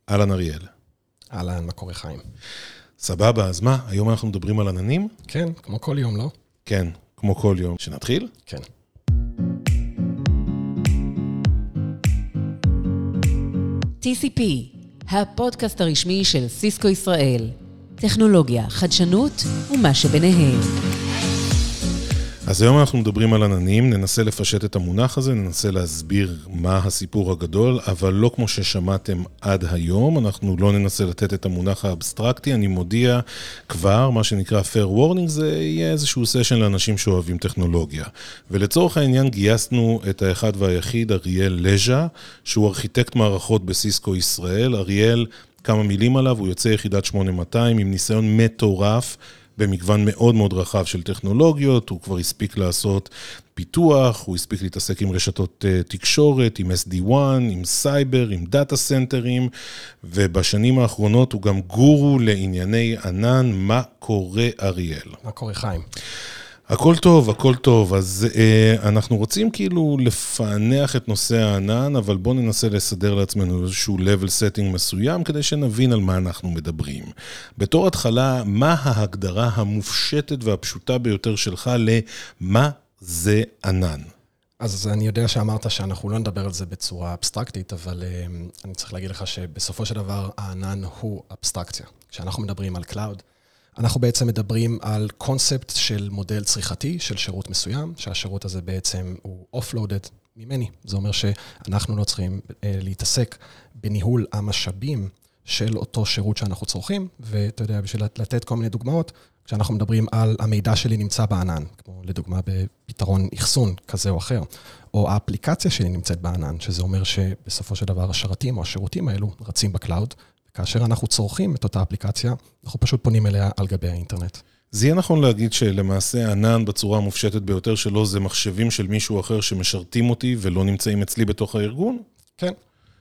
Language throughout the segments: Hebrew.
אהלן אריאל. אהלן, מה קורה חיים? סבבה, אז מה? היום אנחנו מדברים על עננים? כן, כמו כל יום, לא? כן, כמו כל יום. שנתחיל? כן. TCP, הפודקאסט הרשמי של סיסקו ישראל. טכנולוגיה, חדשנות ומה שביניהם. אז היום אנחנו מדברים על עננים, ננסה לפשט את המונח הזה, ננסה להסביר מה הסיפור הגדול, אבל לא כמו ששמעתם עד היום, אנחנו לא ננסה לתת את המונח האבסטרקטי, אני מודיע כבר, מה שנקרא fair warning, זה יהיה איזשהו סשן לאנשים שאוהבים טכנולוגיה. ולצורך העניין גייסנו את האחד והיחיד, אריאל לז'ה, שהוא ארכיטקט מערכות בסיסקו ישראל. אריאל, כמה מילים עליו, הוא יוצא יחידת 8200 עם ניסיון מטורף, במגוון מאוד מאוד רחב של טכנולוגיות, הוא כבר הספיק לעשות פיתוח, הוא הספיק להתעסק עם רשתות תקשורת, עם SD1, עם סייבר, עם דאטה סנטרים, ובשנים האחרונות הוא גם גורו לענייני ענן. מה קורה אריאל? מה קורה חיים? הכל טוב, הכל טוב. אז אנחנו רוצים כאילו לפענח את נושא הענן, אבל בואו ננסה לסדר לעצמנו איזשהו level setting מסוים, כדי שנבין על מה אנחנו מדברים. בתור התחלה, מה ההגדרה המופשטת והפשוטה ביותר שלך למה זה ענן? אז אני יודע שאמרת שאנחנו לא נדבר על זה בצורה אבסטרקטית, אבל אני צריך להגיד לך שבסופו של דבר הענן הוא אבסטרקציה. כשאנחנו מדברים על קלאוד, אנחנו בעצם מדברים על קונספט של מודל צריכתי, של שירות מסוים, שהשירות הזה בעצם הוא offloaded ממני. זה אומר שאנחנו לא צריכים להתעסק בניהול המשאבים של אותו שירות שאנחנו צורכים, ואתה יודע, בשביל לתת כל מיני דוגמאות, כשאנחנו מדברים על המידע שלי נמצא בענן, כמו לדוגמה בפתרון אחסון כזה או אחר, או האפליקציה שלי נמצאת בענן, שזה אומר שבסופו של דבר השרתים או השירותים האלו רצים בקלאוד, כאשר אנחנו צורכים את אותה אפליקציה, אנחנו פשוט פונים אליה על גבי האינטרנט. זה יהיה נכון להגיד שלמעשה ענן בצורה המופשטת ביותר שלו, זה מחשבים של מישהו אחר שמשרתים אותי ולא נמצאים אצלי בתוך הארגון? כן.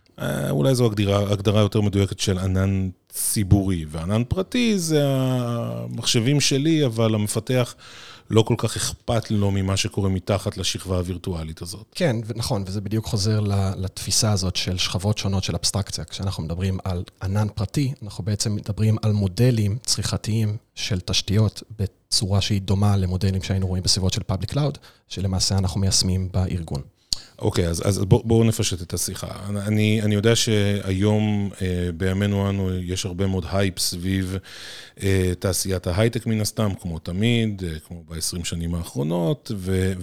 אולי זו הגדרה יותר מדויקת של ענן ציבורי, וענן פרטי זה המחשבים שלי, אבל המפתח לא כל כך אכפת לו ממה שקורה מתחת לשכבה הווירטואלית הזאת. כן, נכון, וזה בדיוק חוזר לתפיסה הזאת של שכבות שונות של אבסטרקציה. כשאנחנו מדברים על ענן פרטי, אנחנו בעצם מדברים על מודלים צריכתיים של תשתיות בצורה שהיא דומה למודלים שהיינו רואים בסביבות של פאבליק קלאוד, שלמעשה אנחנו מיישמים בארגון. אוקיי, אז בואו נפשט את השיחה. אני יודע שהיום בימינו אנו יש הרבה מאוד הייפ סביב תעשיית ההייטק מן הסתם, כמו תמיד, כמו ב-20 שנים האחרונות,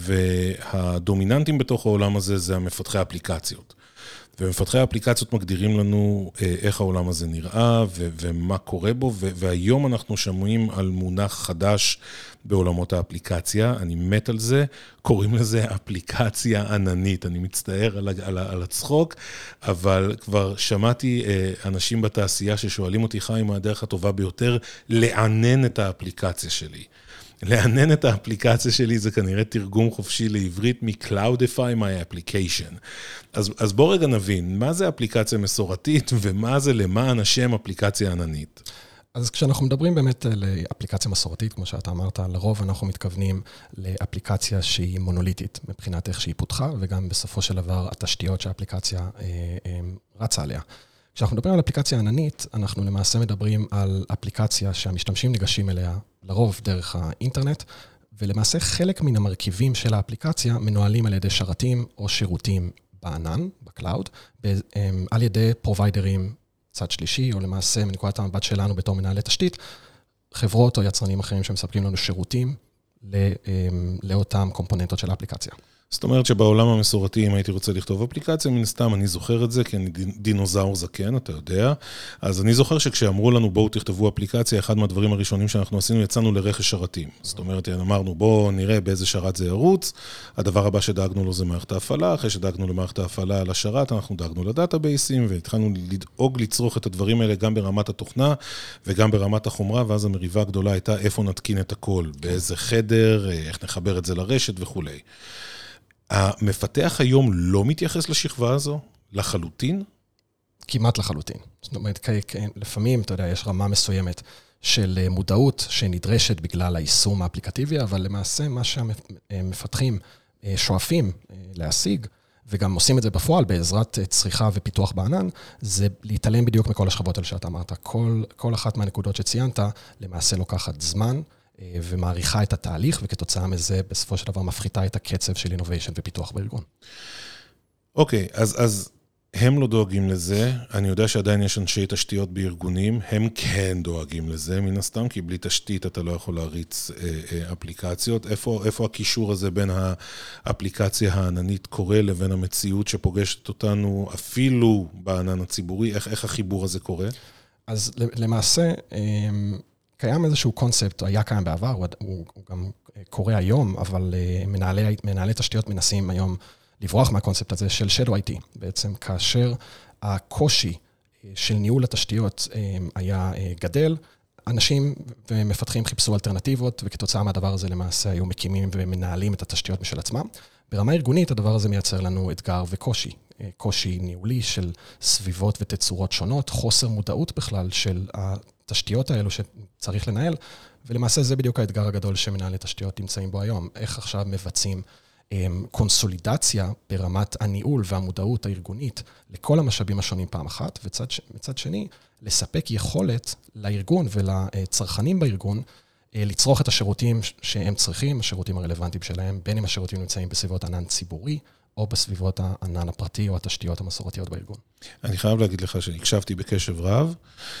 והדומיננטים בתוך העולם הזה זה המפתחי האפליקציות. ומפתחי האפליקציות מגדירים לנו איך העולם הזה נראה ומה קורה בו, והיום אנחנו שומעים על מונח חדש בעולמות האפליקציה, אני מת על זה, קוראים לזה אפליקציה עננית, אני מצטער על הצחוק, אבל כבר שמעתי אנשים בתעשייה ששואלים אותי, חיים, מה הדרך הטובה ביותר לענן את האפליקציה שלי. לענן את האפליקציה שלי זה כנראה תרגום חופשי לעברית מ-Cloudify my application. אז בוא רגע נבין, מה זה אפליקציה מסורתית ומה זה למען השם אפליקציה עננית? אז כשאנחנו מדברים באמת על אפליקציה מסורתית, כמו שאתה אמרת, לרוב אנחנו מתכוונים לאפליקציה שהיא מונוליטית, מבחינת איך שהיא פותחה, וגם בסופו של דבר התשתיות שהאפליקציה רצה עליה. כשאנחנו מדברים על אפליקציה עננית, אנחנו למעשה מדברים על אפליקציה שהמשתמשים ניגשים אליה לרוב דרך האינטרנט, ולמעשה חלק מן המרכיבים של האפליקציה מנוהלים על ידי שרתים או שירותים בענן, בקלאוד, על ידי פרוביידרים צד שלישי, או למעשה מנקודת המבט שלנו בתור מנהלי תשתית, חברות או יצרנים אחרים שמספקים לנו שירותים לאותם קומפוננטות של האפליקציה. זאת אומרת שבעולם המסורתי, אם הייתי רוצה לכתוב אפליקציה, מן הסתם אני זוכר את זה, כי אני דינוזאור זקן, אתה יודע. אז אני זוכר שכשאמרו לנו, בואו תכתבו אפליקציה, אחד מהדברים הראשונים שאנחנו עשינו, יצאנו לרכש שרתים. זאת אומרת, אמרנו, בואו נראה באיזה שרת זה ירוץ. הדבר הבא שדאגנו לו זה מערכת ההפעלה. אחרי שדאגנו למערכת ההפעלה על השרת, אנחנו דאגנו לדאטאבייסים, והתחלנו לדאוג לצרוך את הדברים האלה גם ברמת התוכנה, וגם ברמת החומרה, ואז המריבה הגדולה הייתה איפה נתקין את הכל, באיזה חדר, איך נחבר את זה לרשת וכו'. המפתח היום לא מתייחס לשכבה הזו, לחלוטין? כמעט לחלוטין. זאת אומרת, לפעמים, אתה יודע, יש רמה מסוימת של מודעות שנדרשת בגלל היישום האפליקטיבי, אבל למעשה מה שהמפתחים שואפים להשיג, וגם עושים את זה בפועל בעזרת צריכה ופיתוח בענן, זה להתעלם בדיוק מכל השכבות האלה שאתה אמרת. כל אחת מהנקודות שציינת, למעשה לוקחת זמן, ומעריכה את התהליך, וכתוצאה מזה, בסופו של דבר, מפחיתה את הקצב של innovation ופיתוח בארגון. אוקיי, אז הם לא דואגים לזה, אני יודע שעדיין יש אנשי תשתיות בארגונים, הם כן דואגים לזה, מן הסתם, כי בלי תשתית אתה לא יכול להריץ אפליקציות. איפה הקישור הזה בין האפליקציה העננית קורה לבין המציאות שפוגשת אותנו אפילו בענן הציבורי? איך החיבור הזה קורה? אז למעשה, קיים איזשהו קונספט, היה קיים בעבר, הוא גם קורה היום, אבל מנהלי תשתיות מנסים היום לברוח מהקונספט הזה של Shadow IT. בעצם כאשר הקושי של ניהול התשתיות היה גדל, אנשים ומפתחים חיפשו אלטרנטיבות, וכתוצאה מהדבר הזה למעשה היו מקימים ומנהלים את התשתיות משל עצמם. ברמה ארגונית הדבר הזה מייצר לנו אתגר וקושי. קושי ניהולי של סביבות ותצורות שונות, חוסר מודעות בכלל של התשתיות האלו שצריך לנהל, ולמעשה זה בדיוק האתגר הגדול שמנהלי תשתיות נמצאים בו היום. איך עכשיו מבצעים קונסולידציה ברמת הניהול והמודעות הארגונית לכל המשאבים השונים פעם אחת, ומצד שני, לספק יכולת לארגון ולצרכנים בארגון, לצרוך את השירותים שהם צריכים, השירותים הרלוונטיים שלהם, בין אם השירותים נמצאים בסביבות ענן ציבורי, או בסביבות הענן הפרטי או התשתיות המסורתיות בארגון. אני חייב להגיד לך שהקשבתי בקשב רב,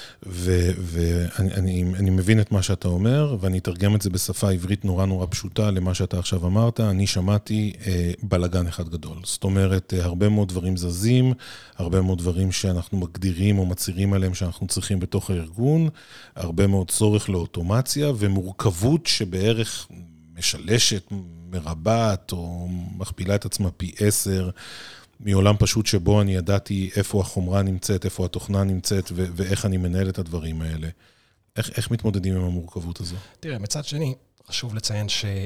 ואני מבין את מה שאתה אומר, ואני אתרגם את זה בשפה עברית נורא פשוטה למה שאתה עכשיו אמרת. אני שמעתי בלגן אחד גדול. זאת אומרת, הרבה מאוד דברים זזים, הרבה מאוד דברים שאנחנו מגדירים או מצירים עליהם שאנחנו צריכים בתוך הארגון, הרבה מאוד צורך לאוטומציה ומורכבות שבערך משלשת, מרבעת או מכפילה את עצמה פי 10 מעולם פשוט שבו אני ידעתי איפה החומרה נמצאת, איפה התוכנה נמצאת ואיך אני מנהל את הדברים האלה. איך מתמודדים עם המורכבות הזו? תראה, מצד שני, חשוב לציין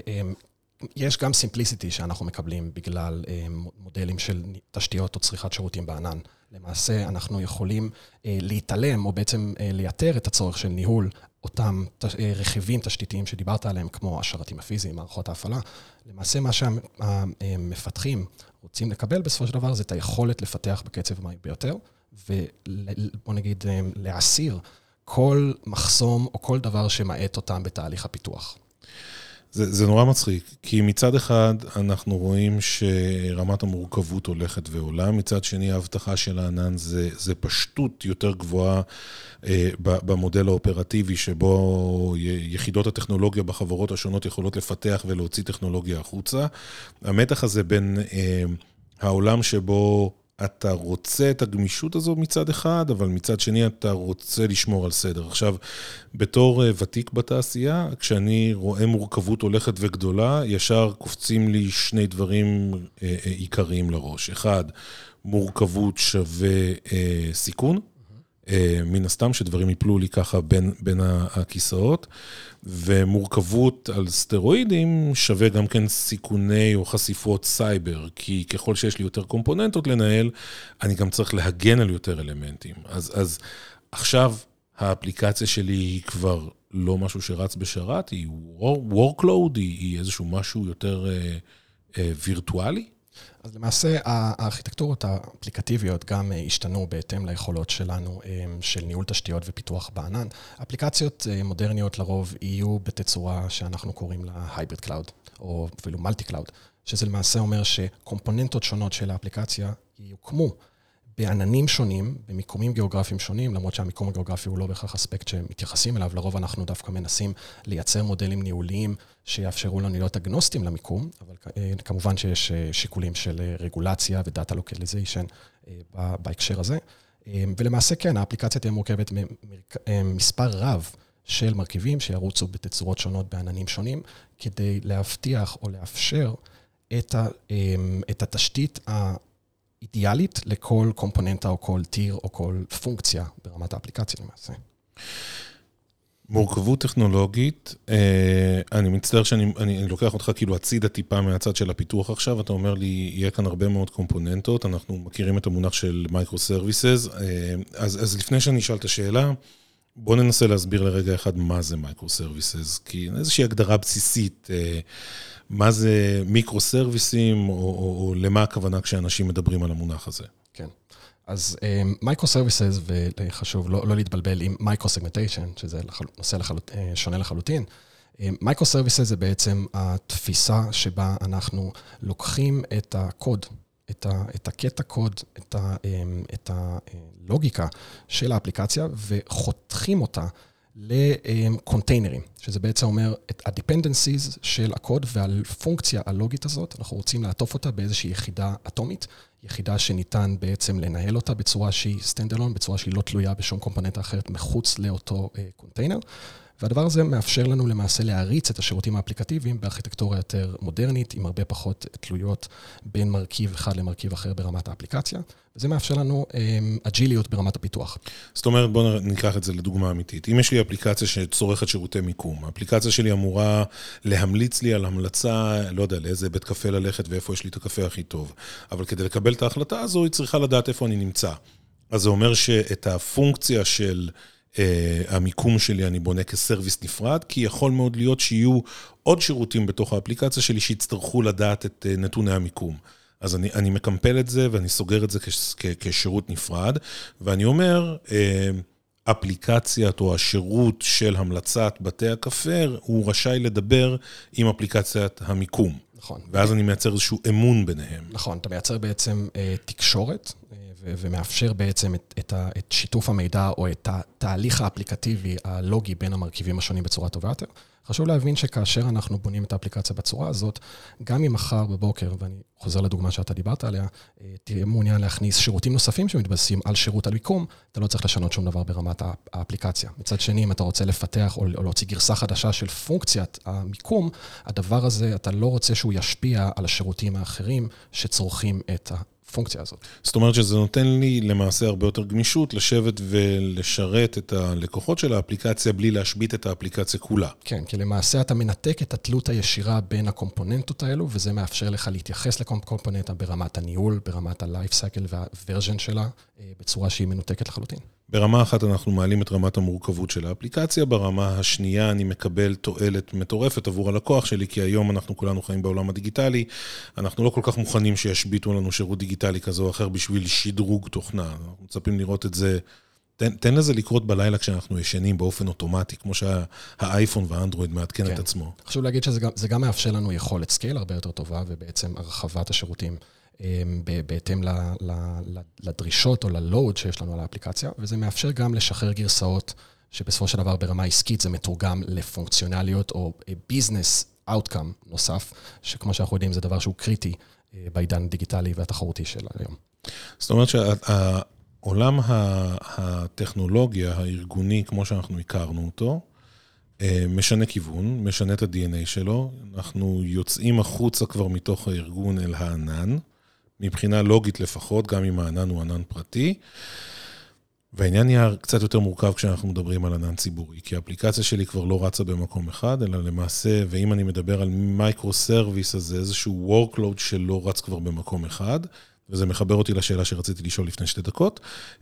שיש גם סימפליסיטי שאנחנו מקבלים בגלל מודלים של תשתיות או צריכת שירותים בענן. למעשה אנחנו יכולים להתעלם או בעצם לייתר את הצורך של ניהול אותם רכיבים תשתיתיים שדיברת עליהם, כמו השרתים הפיזיים, מערכות ההפעלה. למעשה מה שהמפתחים רוצים לקבל בסופו של דבר, זה את היכולת לפתח בקצב מהיר ביותר, ובוא נגיד להסיר כל מחסום או כל דבר שמעט אותם בתהליך הפיתוח. זה נורא מצחיק, כי מצד אחד אנחנו רואים שרמת המורכבות הולכת ועולה, מצד שני ההבטחה של הענן זה פשטות יותר גבוהה במודל האופרטיבי, שבו יחידות הטכנולוגיה בחברות השונות יכולות לפתח ולהוציא טכנולוגיה החוצה. המתח הזה בין העולם שבו אתה רוצה את הגמישות הזו מצד אחד, אבל מצד שני אתה רוצה לשמור על סדר. עכשיו, בתור ותיק בתעשייה, כשאני רואה מורכבות הולכת וגדולה, ישר קופצים לי שני דברים עיקריים לראש. אחד, מורכבות שווה סיכון, מן הסתם שדברים יפלו לי ככה בין הכיסאות, ומורכבות על סטרואידים שווה גם כן סיכוני או חשיפות סייבר, כי ככל שיש לי יותר קומפוננטות לנהל, אני גם צריך להגן על יותר אלמנטים. אז עכשיו האפליקציה שלי היא כבר לא משהו שרץ בשרת, היא workload, היא איזשהו משהו יותר וירטואלי? אז למעשה הארכיטקטורות האפליקטיביות גם השתנו בהתאם ליכולות שלנו של ניהול תשתיות ופיתוח בענן. אפליקציות מודרניות לרוב יהיו בתצורה שאנחנו קוראים לה hybrid cloud או אפילו multi cloud, שזה למעשה אומר שקומפוננטות שונות של האפליקציה יוקמו בעננים שונים, במיקומים גיאוגרפיים שונים, למרות שהמיקום הגיאוגרפי הוא לא בהכרח אספקט שמתייחסים אליו, לרוב אנחנו דווקא מנסים לייצר מודלים ניהוליים שיאפשרו לנו להיות אגנוסטים למיקום, אבל כמובן שיש שיקולים של רגולציה ודאטה לוקליזיישן בהקשר הזה. ולמעשה כן, האפליקציה תהיה מורכבת ממספר רב של מרכיבים שירוצו בתצורות שונות בעננים שונים, כדי להבטיח או לאפשר את התשתית אידיאלית לכל קומפוננטה או כל טיר או כל פונקציה ברמת האפליקציה למעשה. מורכבות טכנולוגית, אני מצטער שאני לוקח אותך כאילו הצידה טיפה מהצד של הפיתוח עכשיו, אתה אומר לי, יהיה כאן הרבה מאוד קומפוננטות, אנחנו מכירים את המונח של מייקרו סרוויסס, אז לפני שאני אשאל את השאלה, בואו ננסה להסביר לרגע אחד מה זה מייקרו-סרוויסס, כי איזושהי הגדרה בסיסית, מה זה מיקרו-סרוויסים, או למה הכוונה כשאנשים מדברים על המונח הזה. כן. אז מייקרו-סרוויסס, וחשוב לא להתבלבל עם מייקרו-סגמנטיישן, שזה נושא שונה לחלוטין, מייקרו-סרוויסס זה בעצם התפיסה שבה אנחנו לוקחים את הקוד, את הקטע קוד, את הלוגיקה של האפליקציה, וחותכים אותה לקונטיינרים, שזה בעצם אומר את ה-dependencies של הקוד, והפונקציה הלוגית הזאת, אנחנו רוצים לעטוף אותה באיזושהי יחידה אטומית, יחידה שניתן בעצם לנהל אותה בצורה שהיא stand-alone, בצורה שהיא לא תלויה בשום קומפוננטה אחרת מחוץ לאותו קונטיינר, והדבר הזה מאפשר לנו למעשה להריץ את השירותים האפליקטיביים בארכיטקטורה יותר מודרנית, עם הרבה פחות תלויות בין מרכיב אחד למרכיב אחר ברמת האפליקציה, וזה מאפשר לנו אג'יליות ברמת הפיתוח. זאת אומרת, בואו ניקח את זה לדוגמה אמיתית. אם יש לי אפליקציה שצורכת שירותי מיקום, האפליקציה שלי אמורה להמליץ לי על המלצה, לא יודע, לאיזה בית קפה ללכת ואיפה יש לי את הקפה הכי טוב. אבל כדי לקבל את ההחלטה הזו, היא צריכה לדעת איפה אני נמצא. אז זה אומר שאת הפונקציה של המיקום שלי אני בונה כסרוויס נפרד, כי יכול מאוד להיות שיהיו עוד שירותים בתוך האפליקציה שלי שיצטרכו לדעת את נתוני המיקום. אז אני מקמפל את זה ואני סוגר את זה כשירות נפרד, ואני אומר, אפליקציית או השירות של המלצת בתי הקפה, הוא רשאי לדבר עם אפליקציית המיקום. נכון. ואז אני מייצר איזשהו אמון ביניהם. נכון, אתה מייצר בעצם תקשורת, ומאפשר בעצם את שיתוף המידע או את התהליך האפליקטיבי הלוגי בין המרכיבים השונים בצורה טובה יותר. חשוב להבין שכאשר אנחנו בונים את האפליקציה בצורה הזאת, גם אם מחר בבוקר, ואני חוזר לדוגמה שאתה דיברת עליה, תהיה מעוניין להכניס שירותים נוספים שמתבססים על שירות המיקום, אתה לא צריך לשנות שום דבר ברמת האפליקציה. מצד שני, אם אתה רוצה לפתח או להוציא גרסה חדשה של פונקציית המיקום, הדבר הזה, אתה לא רוצה שהוא ישפיע על השירותים האחרים שצורכים את הפונקציה הזאת. זאת אומרת שזה נותן לי למעשה הרבה יותר גמישות לשבת ולשרת את הלקוחות של האפליקציה בלי להשבית את האפליקציה כולה. כן, כי למעשה אתה מנתק את התלות הישירה בין הקומפוננטות האלו, וזה מאפשר לך להתייחס לקומפוננטה ברמת הניהול, ברמת ה-life cycle וה-version שלה, בצורה שהיא מנותקת לחלוטין. ברמה אחת אנחנו מעלים את רמת המורכבות של האפליקציה, ברמה השנייה אני מקבל תועלת מטורפת עבור הלקוח שלי, כי היום אנחנו כולנו חיים בעולם הדיגיטלי, אנחנו לא כל כך מוכנים שישביתו לנו שירות דיגיטלי כזה או אחר בשביל שדרוג תוכנה, אנחנו מצפים לראות את זה, תן לזה לקרות בלילה כשאנחנו ישנים באופן אוטומטי, כמו שהאייפון והאנדרואיד מעדכן את עצמו. חשוב להגיד שזה גם מאפשר לנו יכולת סקייל הרבה יותר טובה, ובעצם הרחבת השירותים בהתאם לדרישות או ללואוד שיש לנו על האפליקציה, וזה מאפשר גם לשחרר גרסאות שבסופו של דבר ברמה עסקית זה מתורגם לפונקציונליות או ביזנס אאוטקאם נוסף, שכמו שאנחנו יודעים זה דבר שהוא קריטי בעידן הדיגיטלי והתחרותי של היום. זאת אומרת שהעולם הטכנולוגיה הארגוני כמו שאנחנו הכרנו אותו, משנה כיוון, משנה את ה-DNA שלו, אנחנו יוצאים החוצה כבר מתוך הארגון אל הענן, מבחינה לוגית לפחות, גם אם הענן הוא ענן פרטי, והעניין נהיה קצת יותר מורכב כשאנחנו מדברים על ענן ציבורי, כי האפליקציה שלי כבר לא רצה במקום אחד, אלא למעשה, ואם אני מדבר על מייקרו-סרוויס, אז זה איזשהו workload שלא רץ כבר במקום אחד, וזה מחבר אותי לשאלה שרציתי לשאול לפני 2 דקות,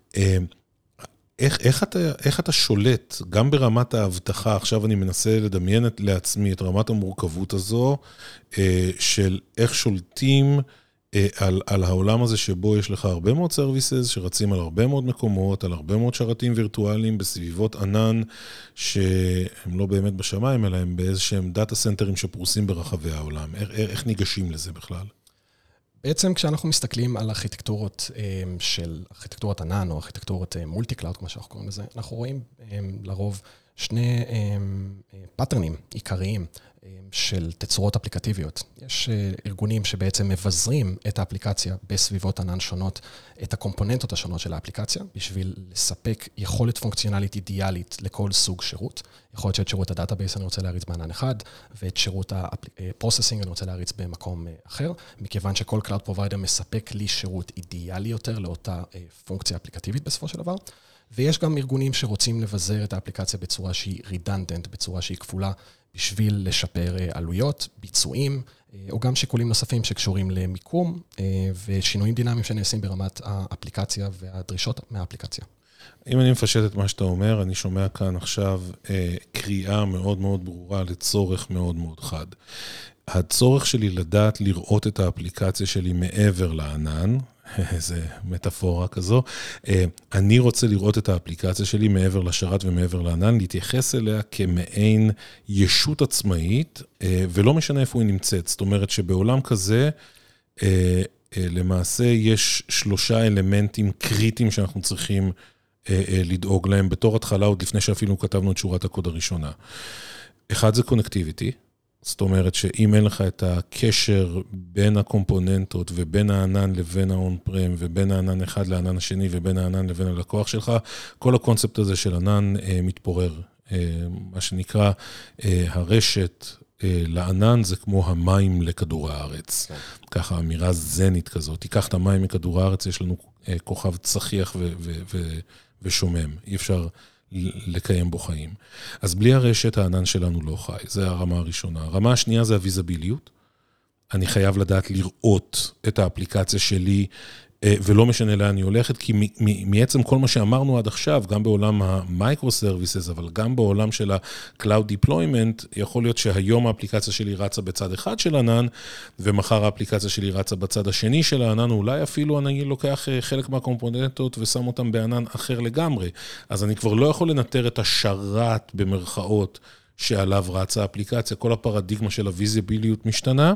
איך אתה שולט, גם ברמת ההבטחה, עכשיו אני מנסה לדמיין לעצמי את רמת המורכבות הזו, של איך שולטים על העולם הזה שבו יש לך הרבה מאוד סרוויסס, שרצים על הרבה מאוד מקומות, על הרבה מאוד שרתים וירטואליים, בסביבות ענן, שהם לא באמת בשמיים, אלא הם באיזשהם דאטה סנטרים שפרוסים ברחבי העולם. איך ניגשים לזה בכלל? בעצם כשאנחנו מסתכלים על ארכיטקטורות של ארכיטקטורת ענן או ארכיטקטורות מולטי-קלאוד, כמו שאנחנו קוראים לזה, אנחנו רואים לרוב 2 פאטרנים עיקריים של תצורות אפליקטיביות. יש ארגונים שבעצם מבזרים את האפליקציה בסביבות ענן שונות, את הקומפוננטות השונות של האפליקציה, בשביל לספק יכולת פונקציונלית אידיאלית לכל סוג שירות. יכול להיות שאת שירות הדאטאבייס אני רוצה להריץ בענן אחד, ואת שירות הפרוססינג אני רוצה להריץ במקום אחר, מכיוון שכל Cloud Provider מספק לי שירות אידיאלי יותר לאותה פונקציה אפליקטיבית בסופו של דבר. ויש גם ארגונים שרוצים לבזר את האפליקציה בצורה שהיא redundant, בצורה שהיא כפולה, בשביל לשפר עלויות, ביצועים, או גם שיקולים נוספים שקשורים למיקום, ושינויים דינמיים שנעשים ברמת האפליקציה והדרישות מהאפליקציה. אם אני מפשט את מה שאתה אומר, אני שומע כאן עכשיו קריאה מאוד מאוד ברורה לצורך מאוד מאוד חד. הצורך שלי לדעת לראות את האפליקציה שלי מעבר לענן, איזה מטאפורה כזו, אני רוצה לראות את האפליקציה שלי מעבר לשרת ומעבר לענן, להתייחס אליה כמעין ישות עצמאית, ולא משנה איפה היא נמצאת. זאת אומרת שבעולם כזה, למעשה יש 3 אלמנטים קריטיים שאנחנו צריכים לדאוג להם, בתור התחלה עוד לפני שאפילו כתבנו את שורת הקוד הראשונה. אחד זה קונקטיביטי, זאת אומרת שאם אין לך את הקשר בין הקומפוננטות ובין הענן לבין האון-פרם ובין הענן אחד לענן השני ובין הענן לבין הלקוח שלך, כל הקונספט הזה של ענן מתפורר. מה שנקרא הרשת לענן זה כמו המים לכדור הארץ. ככה אמירה זנית כזאת. תיקח את המים מכדור הארץ, יש לנו כוכב צחיח ושומם. אי אפשר לקיים בו חיים. אז בלי הרשת, הענן שלנו לא חי. זה הרמה הראשונה. הרמה השנייה זה הוויזביליות. אני חייב לדעת לראות את האפליקציה שלי, ולא משנה לאן אני הולכת, כי מעצם כל מה שאמרנו עד עכשיו, גם בעולם המיקרו-סרוויסס, אבל גם בעולם של ה-Cloud Deployment, יכול להיות שהיום האפליקציה שלי רצה בצד אחד של ענן, ומחר האפליקציה שלי רצה בצד השני של הענן, אולי אפילו אני לוקח חלק מהקומפוננטות ושם אותם בענן אחר לגמרי. אז אני כבר לא יכול לנטר את השרת במרכאות שעליו רצה האפליקציה, כל הפרדיגמה של הוויזיביליות משתנה,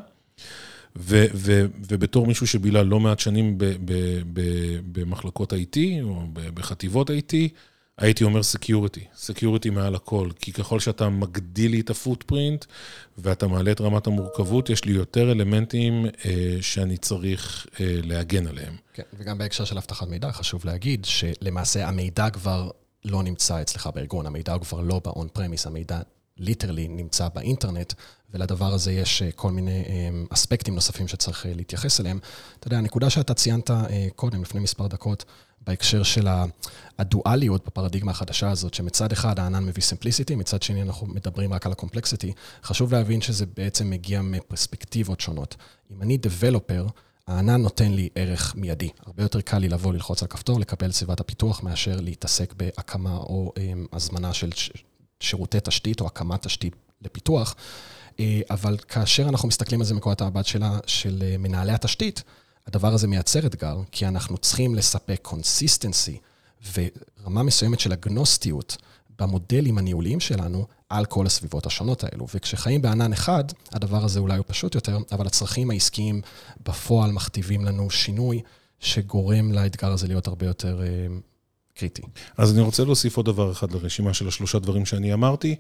ובתור מישהו שבילה לא מעט שנים במחלקות IT, או בחטיבות IT, הייתי אומר סקיוריטי מעל הכל, כי ככל שאתה מגדיל לי את הפוטפרינט, ואתה מעלה את רמת המורכבות, יש לי יותר אלמנטים שאני צריך להגן עליהם. כן, וגם בהקשר של הבטחת מידע, חשוב להגיד שלמעשה המידע כבר לא נמצא אצלך בארגון, המידע הוא כבר לא באון פרמיס, המידע ליטרלי נמצא באינטרנט, ולדבר הזה יש כל מיני אספקטים נוספים שצריך להתייחס אליהם. אתה יודע, הנקודה שאתה ציינת קודם, לפני מספר דקות, בהקשר של הדואליות בפרדיגמה החדשה הזאת, שמצד אחד הענן מביא סימפליסיטי, מצד שני אנחנו מדברים רק על הקומפלקסיטי, חשוב להבין שזה בעצם מגיע מפרספקטיבות שונות. אם אני דבלופר, הענן נותן לי ערך מיידי. הרבה יותר קל לי לבוא ללחוץ על כפתור, לקבל סביבת הפיתוח, מאשר להתעסק בהקמה או הזמנה של שירותי תשתית או הקמת תשתית לפיתוח. אבל כאשר אנחנו מסתכלים על זה מקורת המבט של מנהלי התשתית, הדבר הזה מייצר אתגר, כי אנחנו צריכים לספק קונסיסטנסי ורמה מסוימת של אגנוסטיות במודלים הניהוליים שלנו על כל הסביבות השונות האלו. וכשחיים בענן אחד, הדבר הזה אולי הוא פשוט יותר, אבל הצרכים העסקיים בפועל מכתיבים לנו שינוי שגורם לאתגר הזה להיות הרבה יותר קריטי. אז אני רוצה להוסיף עוד דבר אחד לרשימה של 3 דברים שאני אמרתי,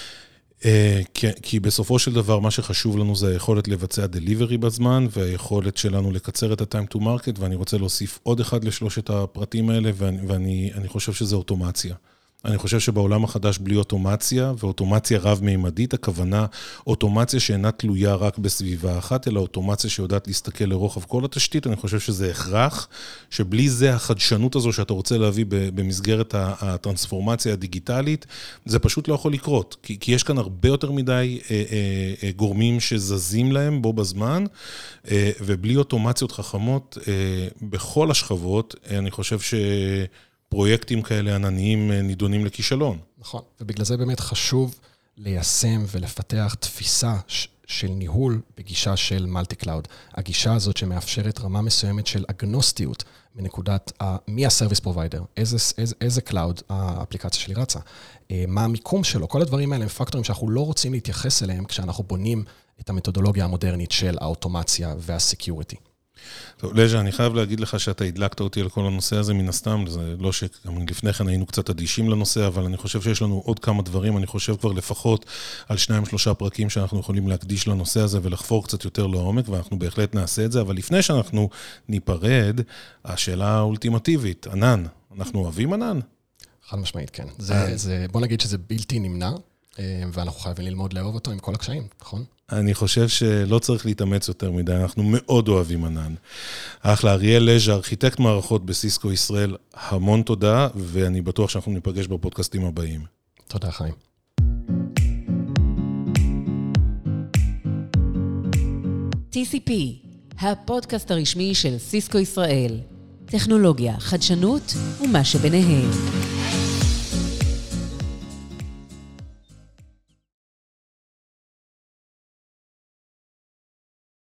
כי בסופו של דבר מה שחשוב לנו זה היכולת לבצע דליברי בזמן, והיכולת שלנו לקצר את ה-time to market, ואני רוצה להוסיף עוד אחד ל3 הפרטים האלה, ואני חושב שזה אוטומציה. אני חושב שבעולם החדש בלי אוטומציה, ואוטומציה רב-מימדית, הכוונה אוטומציה שאינה תלויה רק בסביבה אחת, אלא אוטומציה שיודעת להסתכל לרוחב כל התשתית, אני חושב שזה הכרח, שבלי זה החדשנות הזו שאתה רוצה להביא במסגרת הטרנספורמציה הדיגיטלית, זה פשוט לא יכול לקרות, כי יש כאן הרבה יותר מדי גורמים שזזים להם בו בזמן, ובלי אוטומציות חכמות בכל השכבות, אני חושב פרויקטים כאלה ענניים נידונים לכישלון. נכון, ובגלל זה באמת חשוב ליישם ולפתח תפיסה של ניהול בגישה של מולטי-קלאוד. הגישה הזאת שמאפשרת רמה מסוימת של אגנוסטיות מנקודת מי הסרוויס פרוביידר, איזה קלאוד האפליקציה שלי רצה, מה המיקום שלו, כל הדברים האלה הם פקטורים שאנחנו לא רוצים להתייחס אליהם כשאנחנו בונים את המתודולוגיה המודרנית של האוטומציה והסקיוריטי. טוב, לז'ה, אני חייב להגיד לך שאתה הדלקת אותי על כל הנושא הזה מן הסתם, זה לא שגם לפני כן היינו קצת אדישים לנושא, אבל אני חושב שיש לנו עוד כמה דברים, אני חושב כבר לפחות על 2-3 פרקים שאנחנו יכולים להקדיש לנושא הזה ולחפור קצת יותר לעומק, ואנחנו בהחלט נעשה את זה, אבל לפני שאנחנו ניפרד, השאלה האולטימטיבית, ענן, אנחנו אוהבים ענן? חד משמעית, כן. בוא נגיד שזה בלתי נמנע, ואנחנו חייבים ללמוד לאהוב אותו עם כל הקשיים, נכון? אני חושב שלא צריך להתאמץ יותר מדי, אנחנו מאוד אוהבים ענן. אחלה, אריאל לז'ה, ארכיטקט מערכות בסיסקו ישראל, המון תודה, ואני בטוח שאנחנו ניפגש בפודקאסטים הבאים. תודה, חיים. TCP, הפודקאסט הרשמי של סיסקו ישראל. טכנולוגיה, חדשנות ומה שביניהם.